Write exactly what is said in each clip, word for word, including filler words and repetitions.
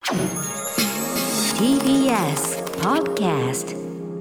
ティービーエス Podcast。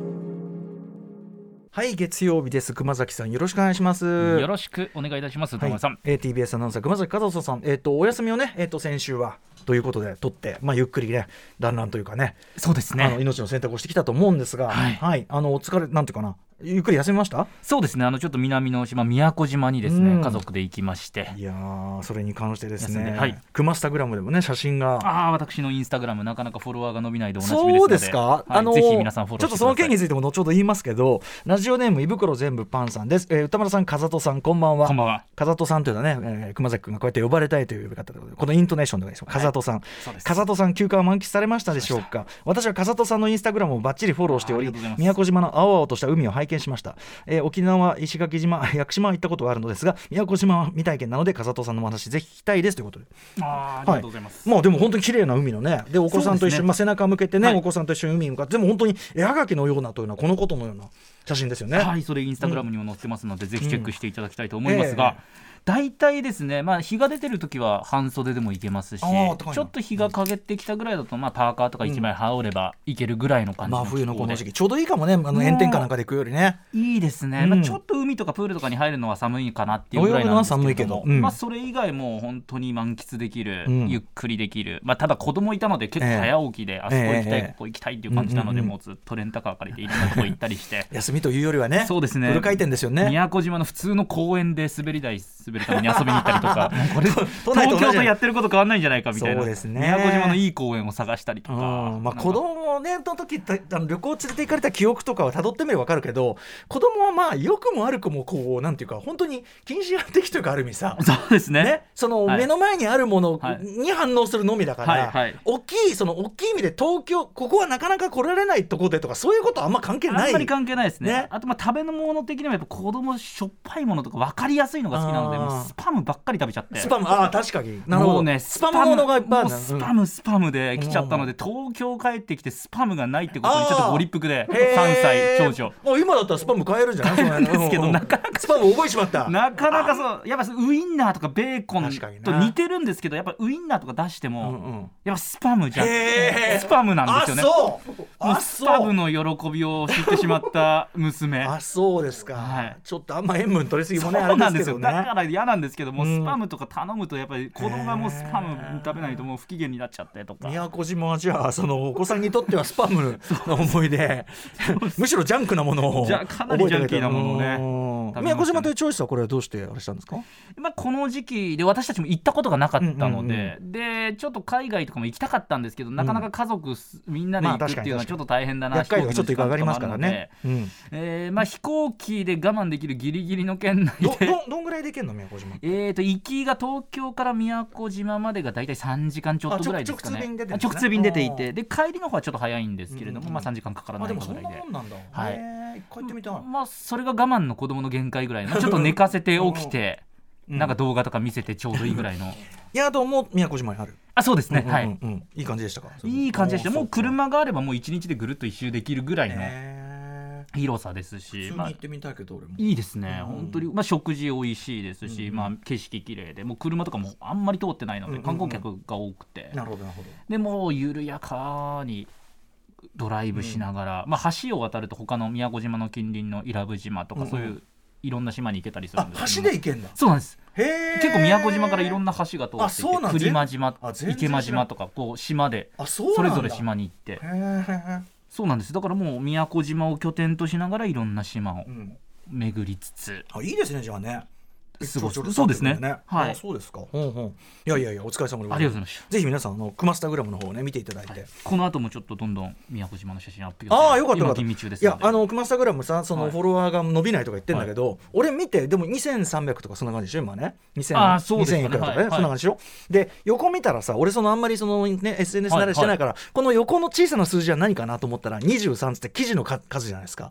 はい、月曜日です。熊崎さんよろしくお願いします。 よろしくお願いいたします。はい、さん、 えー、ティービーエス アナウンサー熊崎和人さん、えー、とお休みをね、えー、と先週はということで取って、まあ、ゆっくりね団らんというかね、 そうですね、 あの命の選択をしてきたと思うんですが、はいはい、あのお疲れなんていうかな、ゆっくり休みました？ そうですね、あのちょっと南の島宮古島にですね、うん、家族で行きまして、 いやーそれに関してですね、 はい、 クマスタグラムでもね写真が、 あ私のインスタグラムなかなかフォロワーが伸びないでおなじみですので、 そうですか、はい、 あのー、ぜひ皆さんフォローしてください。 ちょっとその件についても後ほど言いますけど、ラジオネーム胃袋全部パンさんです。えー、歌丸さん、風戸さん、こんばんは。 こんばんは。 風戸さんというのはね、えー、熊崎君がこうやって呼ばれたいという呼び方で、このイントネーションでですよ、風戸さん、はい、風戸さん休暇を満喫されましたでしょうか？私は風戸さんのインスタグラムをバッチリフォローしており、宮古島の青々とした海を拝見しました。えー、沖縄石垣島、屋久島は行ったことがあるのですが、宮古島は未体験なので風戸さんのお話ぜひ聞きたいですということで、 あ、ありがとうございます。 はい、まあでも本当に綺麗な海のね、でお子さんと一緒に、ね、まあ、背中向けてね、はい、お子さんと一緒に海に向かって、でも本当に絵はがきのようなというのはこのことのような写真ですよね。 はい、それインスタグラムにも載ってますので、うん、ぜひチェックしていただきたいと思いますが、うん、えー大体ですね、まあ、日が出てるときは半袖でもいけますし、ちょっと日が陰ってきたぐらいだと、まあ、パーカーとかいちまい羽織ればいけるぐらいの感じの気候で、 真冬のこの時期ちょうどいいかもね、あの炎天下なんかで行くよりね、 いいですね、うん、まあ、ちょっと海とかプールとかに入るのは寒いかなっていうぐらいなんですけども、 泳ぐのは寒いけど、うん、 まあ、それ以外も本当に満喫できる、うん、ゆっくりできる、まあ、ただ子供いたので結構早起きで、えー、あそこ行きたい、えー、ここ行きたいっていう感じなので、えー、もうずっとレンタカー借りていろんなとこ行ったりして休みというよりはね、 そうですね、 フル回転ですよね。 宮古島の普通の公園で滑り台滑るために遊びに行ったりとかこれ東京とやってること変わんないんじゃないかみたいな、そうですね、宮古島のいい公園を探したりとか、 うん、まあ、子供ねの時あの旅行連れて行かれた記憶とかは辿ってみれば分かるけど、子供はまあ良くも悪くもこうなんていうか本当に近視眼的というかある意味さ、 そうですね、ね、 その目の前にあるものに反応するのみだから、はいはい、大きいその大きい意味で東京ここはなかなか来られないところでとかそういうことはあんま関係ない、 あんまり関係ないですね。 ね、 あとまあ食べ物的にもやっぱ子供しょっぱいものとか分かりやすいのが好きなので、もうスパムばっかり食べちゃって、 スパム、ああ確かに、なるほど、 ね、 スパムものがいっぱいある、 スパムスパムで来ちゃったので、うん、東京帰ってきてスパムがないってことにちょっとご立腹でさんさい長女、 もう今だったらスパム買えるんじゃない？ 買えるんですけど、なかなかスパム覚えしまった、 なかなかそうやっぱウインナーとかベーコンと似てるんですけど、やっぱウインナーとか出しても、うんうん、やっぱスパムじゃん、スパムなんですよね。 あそうもうスパムの喜びを知ってしまった娘あそうですか、 はい、 ちょっとあんま塩分取りすぎもね、 そうなんですよ、 あれですけどね、 だから嫌なんですけども、スパムとか頼むとやっぱり子供がもうスパム食べないともう不機嫌になっちゃってとか、 宮古島はじゃあそのお子さんにとってはスパムの思い出むしろジャンクなものをじゃかなりジャンキーなものをね、 宮古島というチョイスはこれはどうしてあれしたんですか？ まあ、この時期で私たちも行ったことがなかったので、うんうんうん、でちょっと海外とかも行きたかったんですけど、なかなか家族、うん、みんなで行くっていうのはちょっと大変だな、 まあ、飛行機の時間とか上がりますからね、うん、 えーまあ、飛行機で我慢できるギリギリの圏内でど, ど, どんぐらいで行けんの宮古島？ えーと行きが東京から宮古島までがだいたいさんじかんちょっとぐらいですかね。 直通便出てるんですね。 直通便出ていて、で帰りの方はちょっと早いんですけれども、うんうん、まあ、さんじかんかからないぐらいで、 あでもそんなもんなんだ、 はい、 一回行ってみたい、 まあ、それが我慢の子供の限界ぐらいのちょっと寝かせて起きてなんか動画とか見せてちょうどいいぐらいの宿も宮古島にある。 あそうですね、 うんうんうんうん、はい、いい感じでしたか？ いい感じでした。もう車があればもういちにちでぐるっと一周できるぐらいの広さですし、 普通に行ってみたいけど、俺もいいですね、うん、本当に、まあ、食事美味しいですし、うん、まあ、景色綺麗で、もう車とかもあんまり通ってないので観光客が多くて、 なるほどなるほど。 でも緩やかにドライブしながら、うん、まあ、橋を渡ると他の宮古島の近隣の伊良部島とか、そういういろんな島に行けたりするんですけど、 あ橋で行けんだ。 そうなんです。 へー、 結構宮古島からいろんな橋が通っていて、栗間島、池間島とかこう島でそれぞれ島に行って、 へそうなんです。だからもう宮古島を拠点としながらいろんな島を巡りつつ、 うん、あいいですね。じゃあね、 すごいそうですね、はい、 あそうですか、うんうん、いやいやいやお疲れ様でございます。 ありがとうございました。 ぜひ皆さんあのクマスタグラムの方をね見ていただいて、はい、 この後もちょっとどんどん宮古島の写真アップああよかったよかった。 今吟味中ですので、いやあのクマスタグラムさ、そのフォロワーが伸びないとか言ってんだけど、はい、俺見てでもにせんさんびゃくとかそんな感じでしょ今ね。にせんあそうですかね、 にせんいくらとかね、 はい、 そんな感じでしょ。で横見たらさ、俺そのあんまりそのね エスエヌエス 慣れしてないから、はいはい、この横の小さな数字は何かなと思ったらにじゅうさんつって記事の数じゃないですか。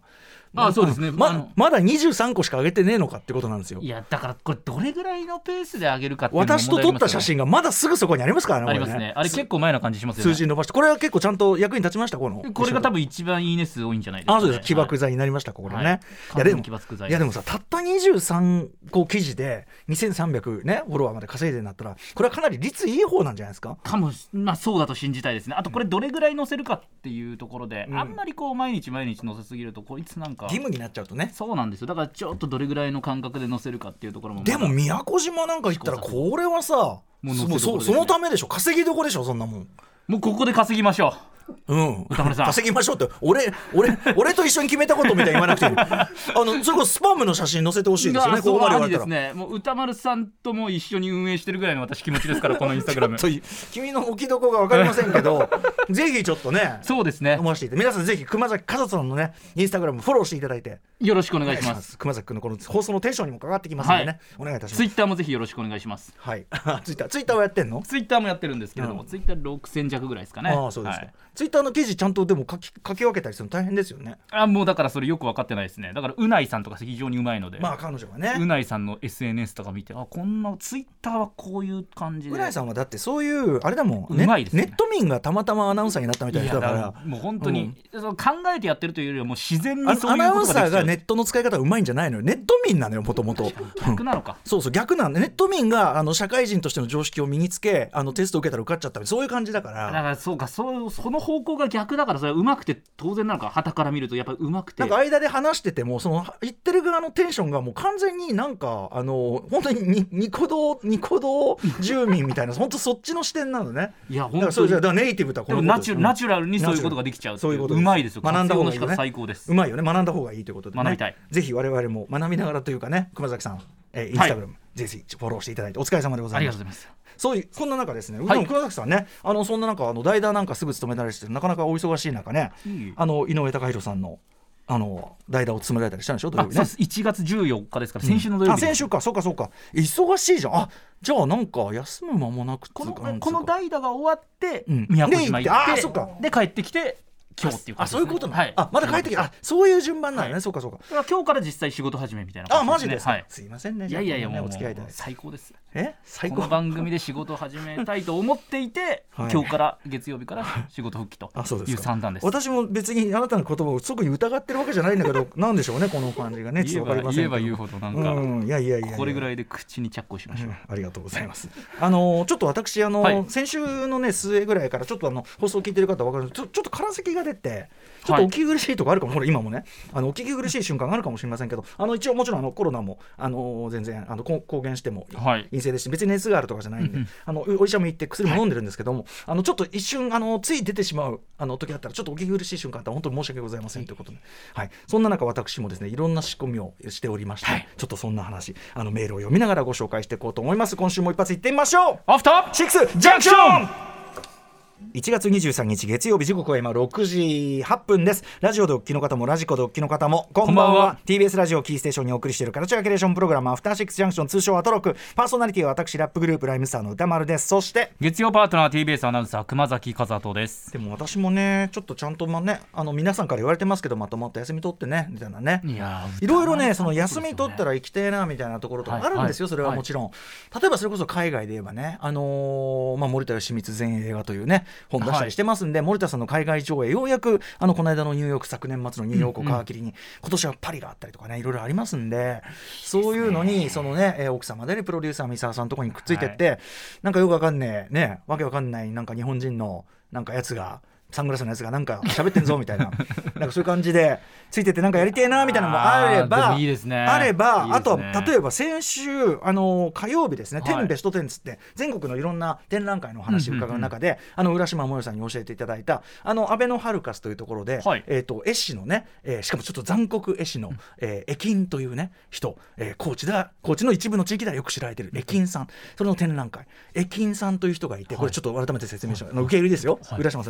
ああそうですね、 まあのまだにじゅうさんこしか上げてねえのかってことなんですよ。 いやだからこれどれぐらいのペースで上げるかっていうのも私と撮った写真がまだすぐそこにありますからね。 ありますね。あれ結構前な感じしますよね。 数字伸ばして、これは結構ちゃんと役に立ちました。このこれが多分一番いいね数多いんじゃないですか、ね。 あ、そうです。起爆剤になりました、これね。 はい、 いやでも起爆剤いやでもさ、たったにじゅうさんこ記事でにせんさんびゃくねフォロワーまで稼いでんだったら、これはかなり率いい方なんじゃないですか。 かも、まあそうだと信じたいですね。あとこれどれぐらい載せるかっていうところで、うん、あんまりこう毎日毎日載せすぎるとこいつなんか義務になっちゃうとね。 そうなんですよ。だからちょっとどれぐらいの感覚で載せるかっていうところも。 でも宮古島なんか行ったらこれはさ、もう載せどころですね。そ, そのためでしょ、稼ぎどころでしょ、そんなもん。 もうここで稼ぎましょう。 うん、稼ぎましょうって俺俺俺と一緒に決めたことみたいに言わなくていいあのそれこそスパムの写真載せてほしいですよね。ここまで言われたらですね、もう歌丸さんとも一緒に運営してるぐらいの私気持ちですからこのインスタグラム君の置きどこが分かりませんけどぜひちょっとね、 そうですね、 思わせていて、皆さんぜひ熊崎和人さんのねインスタグラムフォローしていただいてよろしくお願いします。 熊崎君のこの放送のテンションにも関わってきますのでね、はい、お願いいたします。 ツイッターもぜひよろしくお願いします。 はい。ツイッターツイッターはやってんの？ ツイッターもやってるんですけれども、うん、ツイッターろくせんじゃくぐらいですかね。 ああそうですか、 はい、 ツイッターの記事ちゃんとでも書き書き分けたりするの大変ですよね。 あ、もうだからそれよく分かってないですね。だからうないさんとか非常にうまいので、 まあ彼女はね、 うないさんの エスエヌエス とか見て、あ、こんなツイッターはこういう感じで。 うないさんはだってそういうあれだもん、 うまいですね。 ネット民がたまたまアナウンサーになったみたいな人だから、 もう本当に、うん、考えてやってるというよりはもう自然にそういうことができちゃう。 アナウンサーがネットの使い方がうまいんじゃないのよ。ネット民なのよ、もともと。 逆なのか、 うん、そうそう逆なんで、ネット民があの社会人としての常識を身につけ、あのテスト受けたら受かっちゃったり、そういう感じだから。 だからそうか、そうその方向が逆だから、それはうまくて当然なのか、旗から見るとやっぱりうまくて、 なんか間で話してても、その言ってる側のテンションがもう完全になんかあの本当にニコ動ニコ動住民みたいな本当そっちの視点なのね。 いや本当にだからそうじゃだからネイティブとはこのことです。 ナチュラルにそういうことができちゃう。 そういうことです。 うまいですよ。 学んだ方がいいよね。 最高です。 うまいよね。学んだ方がいいということで、ね、 学びたい。 ぜひ我々も学びながらというかね、熊崎さん、えー、インスタグラム、はい、ぜひフォローしていただいてお疲れ様でございます。 ありがとうございます。 そういうこんな中ですね、 はい、 熊崎さんね、あのそんな中あの代打なんかすぐ務められてなかなかお忙しい中ね、いいあの井上貴博さんのあの代打を務められたりしたんでしょ。土曜日ね。 あ、そうです。いちがつじゅうよっかですから、先週の土曜日、 うん、あ先週か、そうかそうか、忙しいじゃん。あ、じゃあなんか休む間もなくこのこの代打が終わって、 うん、 宮古島行って、 あそっかで帰ってきて今日っていう感じですね。 あ、そういうことね、 はい、 あまだ帰ってきた、あそういう順番なのね、はい、そうかそうか。 今日から実際仕事始めみたいな感じですね。 あ、マジですか、 はい、 すいませんね。 いやいやいや、もうお付き合いいただいて最高です。 え最高。 この番組で仕事を始めたいと思っていて、はい、今日から月曜日から仕事復帰という算段です。 私も別にあなたの言葉を特に疑ってるわけじゃないんだけどなんでしょうね、この感じがね。 言えば言えば言うほどなんか、 うん、いやいやいやいや、 これぐらいで口に着工しましょう、うん、 ありがとうございます。あのちょっと私あの、はい、先週のね末ぐらいからちょっとあの放送を聞いてる方は分かるちょちょっと空咳が出てちょっとお聞き苦しいとこあるかも、はい、ほら今もねあのお聞き苦しい瞬間があるかもしれませんけど、あの一応もちろんあのコロナもあの全然あの公言しても陰性ですし、はい、別に熱があるとかじゃないんで、うん、あのお医者も行って薬も飲んでるんですけども、はい、あのちょっと一瞬あのつい出てしまうあの時だったらちょっとお聞き苦しい瞬間あったら本当に申し訳ございませんということで、はい、そんな中私もですねいろんな仕込みをしておりまして、はい、ちょっとそんな話あのメールを読みながらご紹介していこうと思います。今週も一発いってみましょう。 アフターシックスジャンクション。いちがつにじゅうさんにち月曜日、時刻は今ろくじはっぷんです。ラジオでお聞きの方もラジコでお聞きの方もこんばんは。んばんは ティービーエス ラジオキーステーションにお送りしているカルチャーキュレーションプログラムアフターシックスジャンクション、通称アトロク。パーソナリティは私ラップグループライムスターの歌丸です。そして月曜パートナー ティービーエス アナウンサー熊崎和人です。 でも私もねちょっとちゃんとまあねあの皆さんから言われてますけど、まとまった休み取ってねみたいなね、 いやいろいろねその休み取ったら行きてえなみたいなところとかあるんですよ、はいはい、それはもちろん、はい、例えばそれこそ海外で言えばね、あのーまあ、森田義満全映画というね本出したりしてますんで、はい、森田さんの海外上映ようやくあのこの間のニューヨーク昨年末のニューヨークを皮切りに、うんうん、今年はパリがあったりとかねいろいろありますんで、そういうのにそのね、えー、奥様で、ね、プロデューサー三沢さんのところにくっついてって、はい、なんかよくわかんねえねわけわかんないなんか日本人のなんかやつがサングラスのやつがなんか喋ってんぞみたいななんかそういう感じでついててなんかやりてえなみたいなのもあればいいですね、 あればいいですね、 あとは例えば先週あの火曜日ですね、はい、テンベストテンつって全国のいろんな展覧会の話を伺う中で、うんうんうん、あの浦島もよさんに教えていただいたあのアベノハルカスというところで、はい、えー、と絵師のね、えー、しかもちょっと残酷絵師の、うんえー、絵金というね人、えー、高知だ高知の一部の地域ではよく知られている絵金さん、それの展覧会絵金さんという人がいて、これちょっと改めて説明します、はい、受け売りですよ、はい、浦島さん受け売りだけど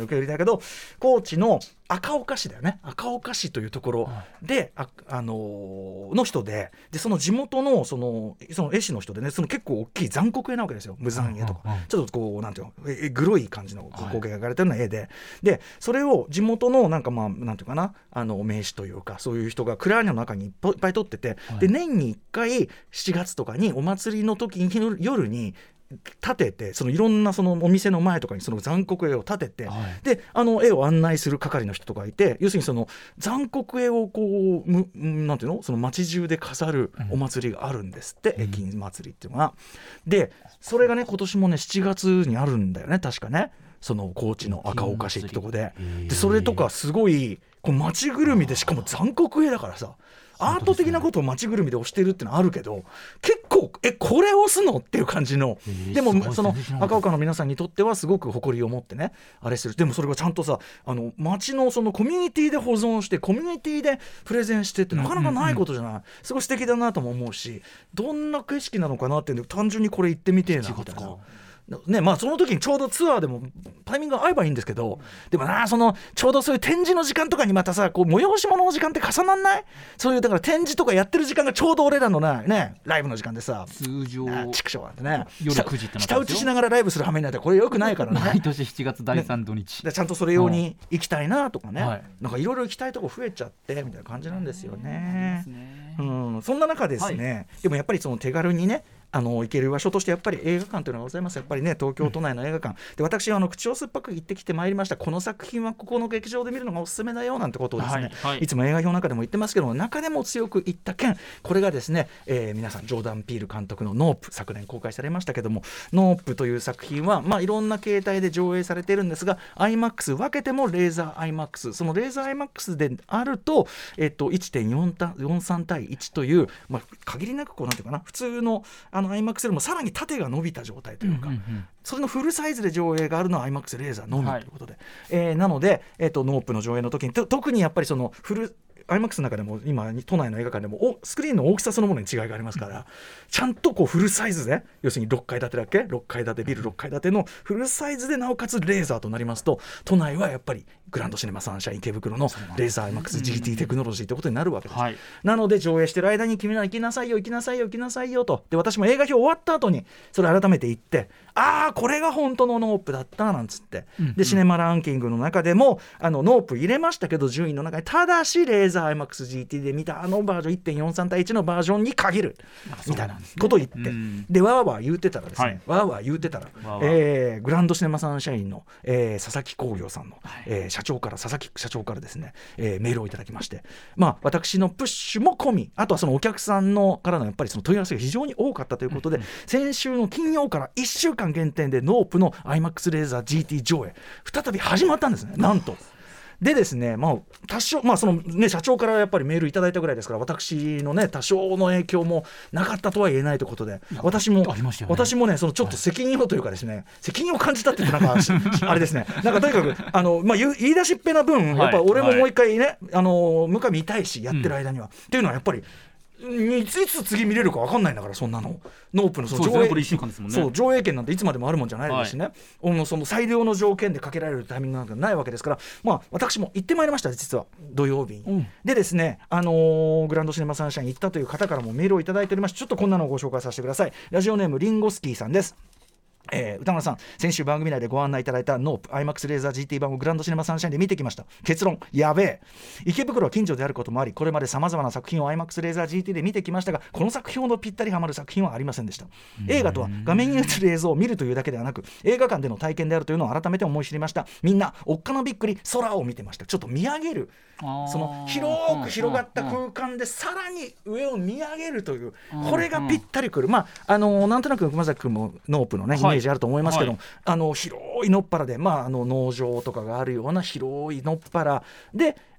ど、高知の赤岡市だよね、赤岡市というところで、あ、あのー、の人で、でその地元のそのその絵師の人でね、その結構大きい残酷絵なわけですよ、無残絵とか、うんうん、ちょっとこうなんていうの、えグロい感じの光景が描かれてるような絵で、はい、でそれを地元のなんかまあなんていうかな、あの名士というかそういう人が蔵の中にいっぱい撮ってて、はい、で年にいっかいしちがつとかにお祭りの時に夜に立てて、そのいろんなそのお店の前とかにその残酷絵を立てて、はい、であの絵を案内する係の人とかいて、要するにその残酷絵をこうむなんていうの、その街中で飾るお祭りがあるんですって、うん、駅祭りっていうのが、でそれがね今年もねしちがつにあるんだよね確かね、その高知の赤岡市ってとこで、でそれとかすごいこう街ぐるみで、しかも残酷絵だからさ、アート的なことを街ぐるみで押してるってのはあるけど、結構えこれ押すのっていう感じの、でもその赤岡の皆さんにとってはすごく誇りを持ってねあれする。でもそれがちゃんとさ、あの街のそのコミュニティで保存してコミュニティでプレゼンしてってなかなかないことじゃない、うんうんうん、すごい素敵だなとも思うし、どんな景色なのかなっていうの単純にこれ行ってみてえなみたいなね、まあその時にちょうどツアーでもタイミングが合えばいいんですけど、でもな、そのちょうどそういう展示の時間とかにまたさ、こう催し物の時間って重なんない？そういうだから展示とかやってる時間がちょうど俺らのなねライブの時間でさ、 通常畜生なんてね、 夜くじってなって下打ちしながらライブする羽目になってこれよくないからね。 毎年しちがつだいさん土日、 ね、ちゃんとそれ用に行きたいなとかね、はい、なんかいろいろ行きたいとこ増えちゃってみたいな感じなんですよね。うん、そんな中ですね、はい、でもやっぱりその手軽にねあの行ける場所としてやっぱり映画館というのがございます。やっぱりね東京都内の映画館、うん、で私はあの口を酸っぱく言ってきてまいりました。この作品はここの劇場で見るのがおすすめだよなんてことをですね、はいはい、いつも映画表の中でも言ってますけども、中でも強く言った件、これがですね、えー、皆さんジョーダン・ピール監督のノープ、昨年公開されましたけども、ノープという作品はまあいろんな形態で上映されているんですが、 アイマックス 分けてもレーザー アイマックス、 そのレーザー アイマックス であると、えっと いってんよんさん 対いちという、まあ、限りなくこうなんていうかな、普通のあの アイマックス よりもさらに縦が伸びた状態というか、うんうんうん、それのフルサイズで上映があるのは アイマックス レーザーのみということで、はい、えー、なので、えーと、ノープの上映の時に特にやっぱりそのフルアイマックス の中でも今都内の映画館でもスクリーンの大きさそのものに違いがありますから、うん、ちゃんとこうフルサイズで、要するにろっかい建てだっけろっかい建てビルろっかい建てのフルサイズでなおかつレーザーとなりますと、都内はやっぱりグランドシネマサンシャイン池袋のレーザー アイマックス ジーティー テクノロジーということになるわけです、はい、なので上映してる間に君ら行きなさいよ行きなさいよ行きなさいよと、で私も映画表終わった後にそれ改めて言って、ああこれが本当のノープだったなんつって、うんうん、でシネマランキングの中でもあのノープ入れましたけど順位の中にただしレーザー アイマックス ジーティー で見たあのバージョン いってんよんさん 対いちのバージョンに限るみたいなことを言って、うん、でわーわー言うてたらですね、はい、わーわー言うてたらわーわー、えー、グランドシネマサンシャインの、えー、佐々木工業さんの、はい、えー、社長から佐々木社長からですね、えー、メールをいただきまして、まあ私のプッシュも込み、あとはそのお客さんのからのやっぱりその問い合わせが非常に多かったということで、うんうん、先週の金曜からいっしゅうかん限定でノープの アイマックス レーザー ジーティー 上映再び始まったんですね。なんとでですね、まあ多少、まあそのね、社長からやっぱりメールいただいたぐらいですから、私のね多少の影響もなかったとは言えないということで、私も、ね、私もねそのちょっと責任をというかですね、はい、責任を感じたっていうとなんかあれですね、なんかとにかくあの、まあ、言い出しっぺな分、やっぱ俺ももう一回ね、はい、あの向上見たいしやってる間には、うん、っていうのはやっぱりいついつ次見れるか分かんないんだから、そんなのノープのその上映、そう上映権なんていつまでもあるもんじゃないですしね、はい、その最良の条件でかけられるタイミングなんかないわけですから、まあ私も行ってまいりました実は土曜日に、うん、でですね、あのー、グランドシネマサンシャイン行ったという方からもメールをいただいておりまして、ちょっとこんなのをご紹介させてください。ラジオネームリンゴスキーさんです。えー、歌村さん、先週番組内でご案内いただいたノープ アイマックス レーザー ジーティー 版をグランドシネマサンシャインで見てきました。結論、やべえ。池袋は近所であることもあり、これまでさまざまな作品を アイマックス レーザー ジーティー で見てきましたが、この作品ほどぴったりハマる作品はありませんでした。映画とは画面に映る映像を見るというだけではなく、映画館での体験であるというのを改めて思い知りました。みんなおっかなびっくり空を見てました。ちょっと見上げる、その広く広がった空間でさらに上を見上げるという、これがぴったりくる。まああのー、なんとなく熊崎君もノープのねイメージあると思いますけども、はいはい、あの広いのっぱらで、まあ、あの農場とかがあるような広いのっぱらで、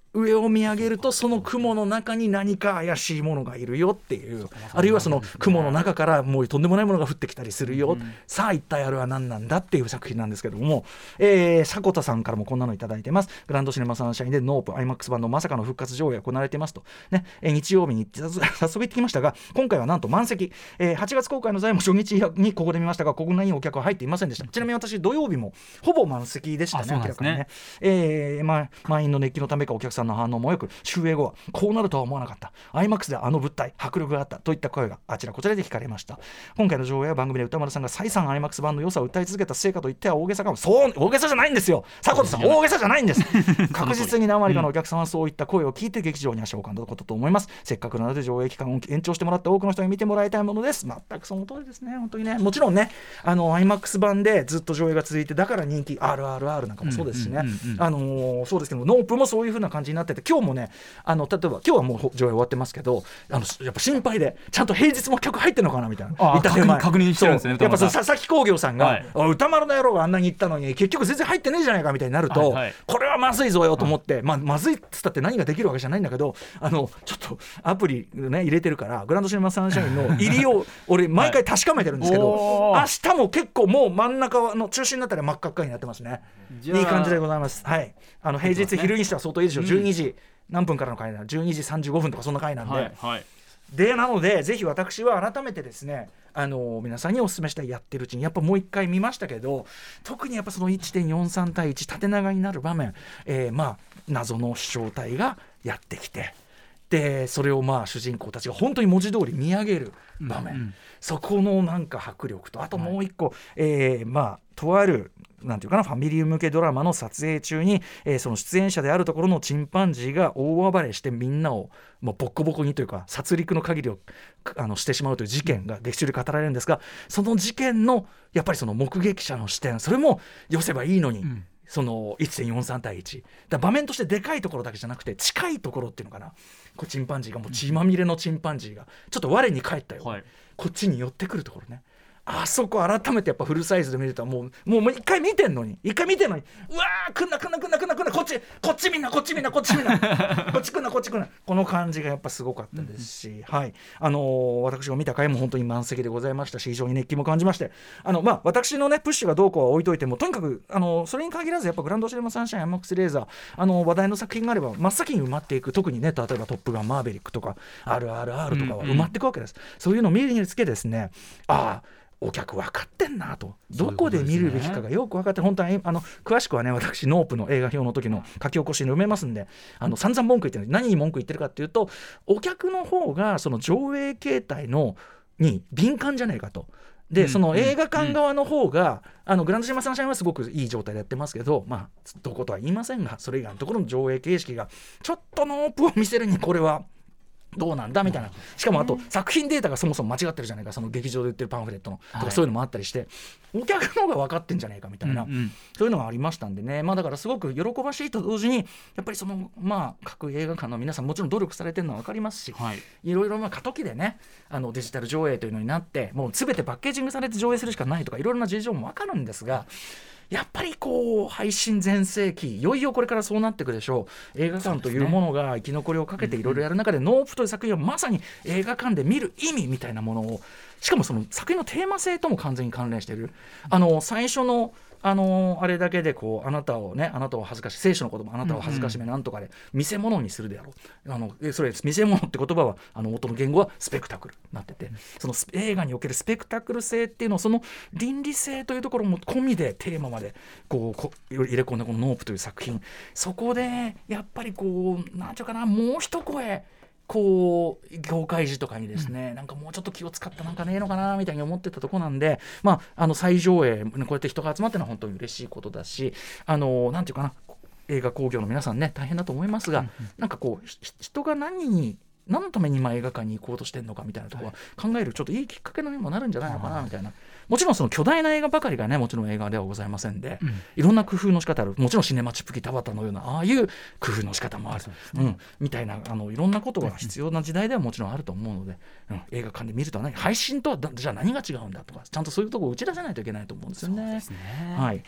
上を見上げるとその雲の中に何か怪しいものがいるよっていう、あるいはその雲の中からもうとんでもないものが降ってきたりするよ、うん、さあ一体あれは何なんだっていう作品なんですけども、えー、迫田さんからもこんなのいただいてます。グランドシネマサンシャインでノープ アイマックス 版のまさかの復活上映が行われていますと、ねえー、日曜日に早速行ってきましたが、今回はなんと満席、えー、はちがつ公開の際も初日にここで見ましたが国内にお客は入っていませんでした。ちなみに私土曜日もほぼ満席でしたね。明らかにね、えーまあ、満員の熱気のためかお客さんの反応もよく、終映後はこうなるとは思わなかった、 アイマックス であの物体迫力があったといった声があちらこちらで聞かれました。今回の上映は番組で歌丸さんが再三 アイマックス 版の良さを訴え続けた成果といっては大げさかも。そう大げさじゃないんですよ迫田さん、大げさじゃないんです確実に何割かのお客さんはそういった声を聞いて劇場に足を運んだことと思います。せっかくなので上映期間を延長してもらって多くの人に見てもらいたいものです。全くその通りですね。本当にね、もちろんね、あの アイマックス 版でずっと上映が続いてだから人気 アールアールアール なんかもそうですしね、あのー、そうですけどノープもそういう風な感じになってて、今日もね、あの例えば今日はもう上映終わってますけど、あのやっぱ心配でちゃんと平日も客入ってるのかなみたいな、 あ確認、確認してるんですね。 やっぱ佐々木工業さんが、はい、歌丸の野郎があんなに言ったのに結局全然入ってねえじゃないかみたいになると、はいはい、これはまずいぞよと思って、はい、まあ、まずいっつったって何ができるわけじゃないんだけど、あのちょっとアプリ、ね、入れてるからグランドシネマサンシャインの入りを俺毎回確かめてるんですけど、はい、明日も結構もう真ん中の中心になったら真っ赤っかになってますね。いい感じでございます。はい、あの平日昼にしては相当いいでしょう、うん、じゅうにじ何分からの回なの、じゅうにじさんじゅうごふんとかそんな回なんで、はいはい、でなのでぜひ私は改めてですね、あの皆さんにお勧めしたい、やってるうちにやっぱもう一回見ましたけど、特にやっぱその いってんよんさん 対いち縦長になる場面、えー、まあ謎の飛翔体がやってきて、でそれをまあ主人公たちが本当に文字通り見上げる場面、うんうん、そこのなんか迫力と、あともう一個、はい、えー、まあとあるなんていうかな、ファミリー向けドラマの撮影中に、えー、その出演者であるところのチンパンジーが大暴れしてみんなをもうボッコボコにというか殺戮の限りをあのしてしまうという事件が劇中で語られるんですが、その事件のやっぱりその目撃者の視点、それも寄せばいいのに、うん、その いってんよんさん 対いちだ場面としてでかいところだけじゃなくて近いところっていうのかな、こうチンパンジーがもう血まみれのチンパンジーがちょっと我に返ったよ、はい、こっちに寄ってくるところね、あそこ改めてやっぱフルサイズで見るともうもう一回見てんのに一回見てんのにうわー来んな来んな来んな来んな来んなこっちこっちみんなこっちみんなこっちみんなこっち来んなこっち来んな、この感じがやっぱすごかったですし、うん、はい、あのー、私が見た回も本当に満席でございましたし、非常に熱気も感じまして、あのまあ私のねプッシュがどうこうは置いといても、とにかくあのそれに限らずやっぱグランドシネマサンシャイン アイマックス レーザー、あの話題の作品があれば真っ先に埋まっていく、特にね例えばトップガンマーヴェリックとか アールアールアール とかは埋まっていくわけです、うんうん、そういうのを見るにつけですね、ああお客分かってんなと、どこで見るべきかがよく分かって、本当にあの詳しくはね私ノープの映画表の時の書き起こしに埋めますんで、あの散々文句言ってる、何に文句言ってるかっていうと、お客の方がその上映形態のに敏感じゃないかと。でその映画館側の方が、うんうん、あのグランドシネマサンシャインはすごくいい状態でやってますけど、まあどことは言いませんが、それ以外のところの上映形式がちょっとノープを見せるにこれはどうなんだみたいな、しかもあと作品データがそもそも間違ってるじゃないか、その劇場で売ってるパンフレットのとかそういうのもあったりして、お客の方が分かってんじゃないかみたいな、うんうん、そういうのがありましたんでね、まあだからすごく喜ばしいと同時にやっぱりそのまあ各映画館の皆さんもちろん努力されてるのは分かりますし、はい、いろいろまあ過渡期でね、あのデジタル上映というのになってもう全てパッケージングされて上映するしかないとかいろいろな事情も分かるんですが、やっぱりこう配信全盛期、いよいよこれからそうなっていくでしょう。映画館というものが生き残りをかけていろいろやる中で、ノープという作品はまさに映画館で見る意味みたいなものを、しかもその作品のテーマ性とも完全に関連している。あの最初のあのー、あれだけでこうあなたをねあなたを恥ずかし聖書の言葉あなたを恥ずかしめなんとかで見せ物にするであろう、あのそれ見せ物って言葉はあの元の言語はスペクタクルになってて、その映画におけるスペクタクル性っていうのをその倫理性というところも込みでテーマまでこうこ入れ込んだこのノープという作品、そこでやっぱりこうなんていうかな、もう一声こう業界時とかにですね、うん、なんかもうちょっと気を使ったなんかねえのかなみたいに思ってたとこなんで、まああの再上映こうやって人が集まってるのは本当に嬉しいことだし、あのなんていうかな、映画興行の皆さんね大変だと思いますが、うんうん、なんかこう人が何に何のために今映画館に行こうとしてるのかみたいなところは考えるちょっといいきっかけにもなるんじゃないのかなみたいな。もちろんその巨大な映画ばかりがねもちろん映画ではございませんで、うん、いろんな工夫の仕方ある、もちろんシネマチップキ田端のようなああいう工夫の仕方もある、うん、みたいなあのいろんなことが必要な時代ではもちろんあると思うので、うん、映画館で見るとは何、配信とはじゃあ何が違うんだとかちゃんとそういうところを打ち出さないといけないと思うんですよね。そうですね、はい、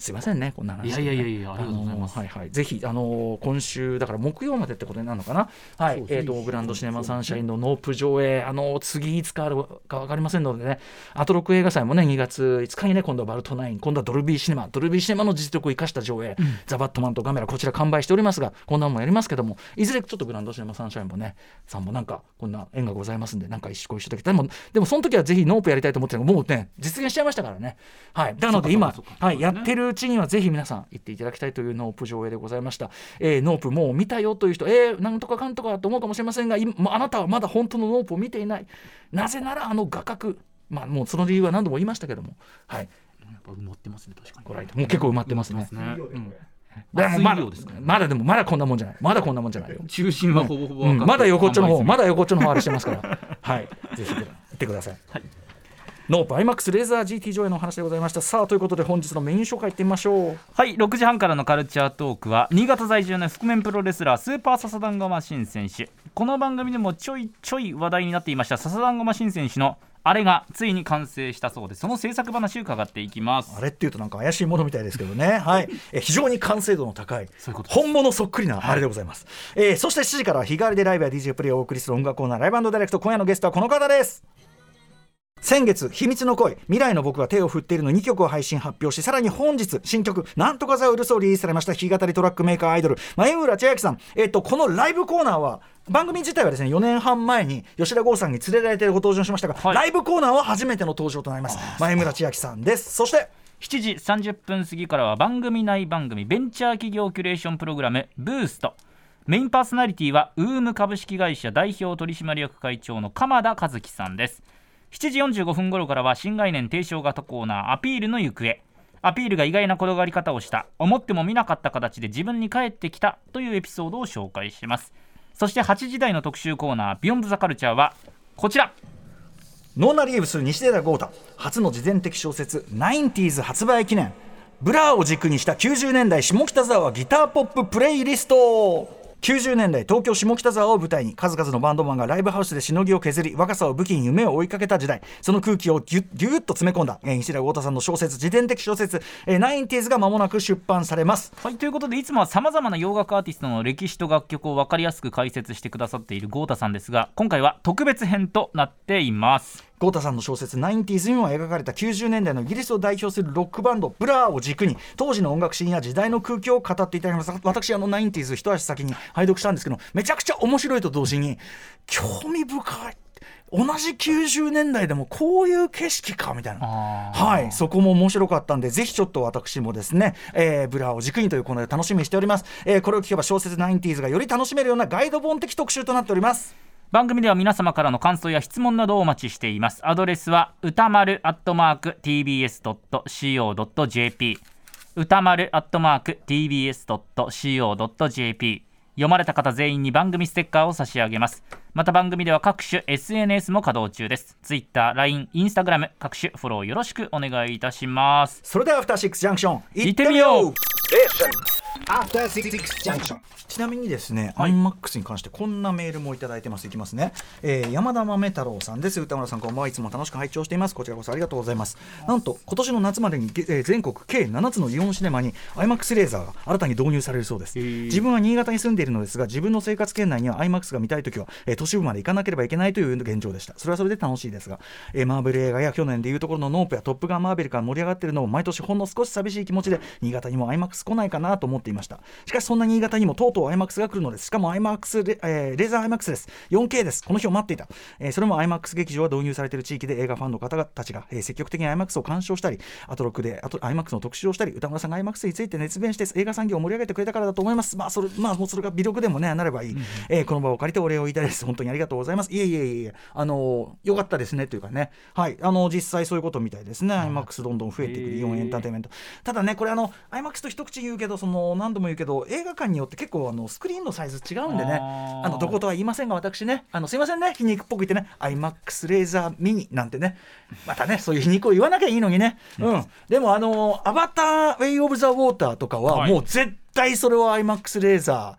すいませんねこんな話、ね、 いやいやいやいやありがとうございます、 はいはい、ぜひあの今週だから木曜までってことになるのかな、はい、えー、とグランドシネマサンシャインのノープ上映、あの次いつかあるか分かりませんのでね、アトロック映画祭もねにがついつかにね今度はバルトナイン、今度はドルビーシネマドルビーシネマの実力を生かした上映、うん、ザ・バットマンとガメラこちら完売しておりますが、こんなのもやりますけども、いずれちょっとグランドシネマサンシャインもねさんもなんかこんな縁がございますんで、なんか一緒ご一緒だけど、でもでもその時はぜひノープやりたいと思ってるのがもうね実現しちゃいましたからね、はい、なので今、はい、やってるうちにはぜひ皆さん行っていただきたいというノープ上映でございました、えー、ノープもう見たよという人、えー、なんとかかんとかと思うかもしれませんが、今あなたはまだ本当のノープを見ていない、なぜならあの画角、まあもうその理由は何度も言いましたけども、はい、 やっぱ埋まってますね、確かにご覧いただいてもう結構埋まってますね、 うん、 だからまだまだでもまだこんなもんじゃない、まだこんなもんじゃないよ、 中心はほぼほぼ、 うんうん、まだ横っちょの方まだ横っちょの方あれしてますからはいぜひ行ってください、はい、ノープ アイマックス レーザー ジーティー 上映のお話でございました。さあということで本日のメイン紹介いってみましょう。 はい、ろくじはんからのカルチャートークは新潟在住の覆面プロレスラースーパーササダンゴマシン選手、この番組でもちょいちょい話題になっていましたササダンゴマシン選手のあれがついに完成したそうです。その制作話を伺っていきます。 あれっていうとなんか怪しいものみたいですけどね、はい、え非常に完成度の高いそういうこと本物そっくりなあれでございます、はい、えー、そしてしちじからは日替わりでライブや ディージェー プレイをお送りする音楽コーナーライブ&ダイレクト、今夜のゲストはこの方です。先月秘密の恋未来の僕が手を振っているのにきょくを配信発表し、さらに本日新曲なんとかザウルスをリリースされました弾き語りトラックメーカーアイドル前村千秋さん、えっとこのライブコーナーは番組自体はですねよねんはんまえに吉田剛さんに連れられてご登場しましたが、はい、ライブコーナーは初めての登場となります前村千秋さんです。そしてしちじさんじゅっぷん過ぎからは番組内番組ベンチャー企業キュレーションプログラムブースト、メインパーソナリティはウーム株式会社代表取締役会長の鎌田和樹さんです。しちじよんじゅうごふん頃からは新概念提唱型コーナーアピールの行方、アピールが意外な転がり方をした思っても見なかった形で自分に返ってきたというエピソードを紹介します。そしてはちじ台の特集コーナービヨンドザカルチャーはこちら、 ノーナリーブス西寺豪太初の自伝的小説ナインティーズ発売記念、ブラーを軸にしたきゅうじゅうねんだい下北沢ギターポッププレイリスト。きゅうじゅうねんだい東京下北沢を舞台に数々のバンドマンがライブハウスでしのぎを削り若さを武器に夢を追いかけた時代、その空気をギュッギュッと詰め込んだ西寺豪太さんの小説自伝的小説ナインティーズが間もなく出版されます。 はい、ということでいつもはさまざまな洋楽アーティストの歴史と楽曲を分かりやすく解説してくださっている豪太さんですが、今回は特別編となっています。 豪太さんの小説ナインティーズには描かれたきゅうじゅうねんだいのイギリスを代表するロックバンドブラーを軸に当時の音楽シーンや時代の空気を語っていただきます。私あのナインティーズ一足先に拝読したんですけどめちゃくちゃ面白いと同時に興味深い、同じきゅうじゅうねんだいでもこういう景色かみたいな、はい、そこも面白かったんでぜひちょっと私もですね、えー、ブラーを軸にというコーナーで楽しみにしております、えー、これを聞けば小説ナインティーズがより楽しめるようなガイド本的特集となっております。 番組では皆様からの感想や質問などをお待ちしています。アドレスは歌丸アットマーク ティービーエスドットシーオードットジェーピー 歌丸アットマーク ティービーエスドットシーオードットジェーピー、 読まれた方全員に番組ステッカーを差し上げます。また番組では各種 エスエヌエス も稼働中です。 Twitter、ライン、インスタグラム各種フォローよろしくお願いいたします。 それではアフターシックスジャンクション行ってみよう。 アフターシックスジャンクション。ちなみにですね、はい、アイマックス に関してこんなメールもいただいてます。いきますね、えー、山田豆太郎さんです。歌村さんこんばんは、いつも楽しく拝聴しています。こちらこそありがとうございます。なんと今年の夏までに、えー、全国計ななつのイオンシネマに アイマックス レーザーが新たに導入されるそうです。自分は新潟に住んでいるのですが、自分の生活圏内には アイマックス が見たいときは、えー、都市部まで行かなければいけないという現状でした。それはそれで楽しいですが、えー、マーベル映画や去年でいうところのノープやトップガンマーベルから盛り上がっているのを毎年ほんの少し寂しい気持ちで新潟にも アイマックス 来ないかなと思っていました。しかしそんな新潟にもとうとう アイマックス が来るのです。しかも アイマックス レ、えー、レーザー アイマックス です。 よんケー です。この日を待っていた、えー、それも アイマックス 劇場は導入されている地域で映画ファンの方たちが、えー、積極的に アイマックス を鑑賞したり、アトロックであと アイマックス の特集をしたり、歌村さんが アイマックス について熱弁して映画産業を盛り上げてくれたからだと思います。まあそれ、まあ、もうそれが微力でもねなればいい、うんえー、この場を借りてお礼をいただきます。本当にありがとうございます。いえいえいえ、あのー、よかったですねというかね、はい、あのー、実際そういうことみたいですね。 アイマックス どんどん増えていくイオンエンターテインメント。ただねこれあの アイマックス と一口言うけど、その何度も言うけど映画館によって結構あのスクリーンのサイズ違うんでね、あのどことは言いませんが私ね、あのすいませんね皮肉っぽく言ってね アイマックス レーザーミニなんてね、またねそういう皮肉を言わなきゃいいのにね、うん、でもあのアバターウェイオブザウォーターとかはもう絶対それは アイマックス レーザー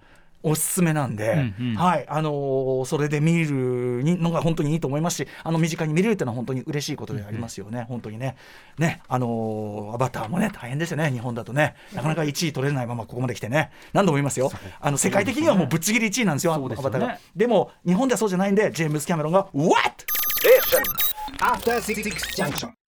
おすすめなんで、うんうん、はいあのー、それで見るのが本当にいいと思いますし、あの身近に見れるっていうのは本当に嬉しいことでありますよね、うんうん、本当にねねあのー、アバターもね大変ですよね、日本だとねなかなかいちい取れないままここまで来てね、何度も言いますよ、あの世界的にはもうぶっちぎりいちいなんですよ、アバターが。でも日本ではそうじゃないんで、ジェームズ・キャメロンが What? After Six Junction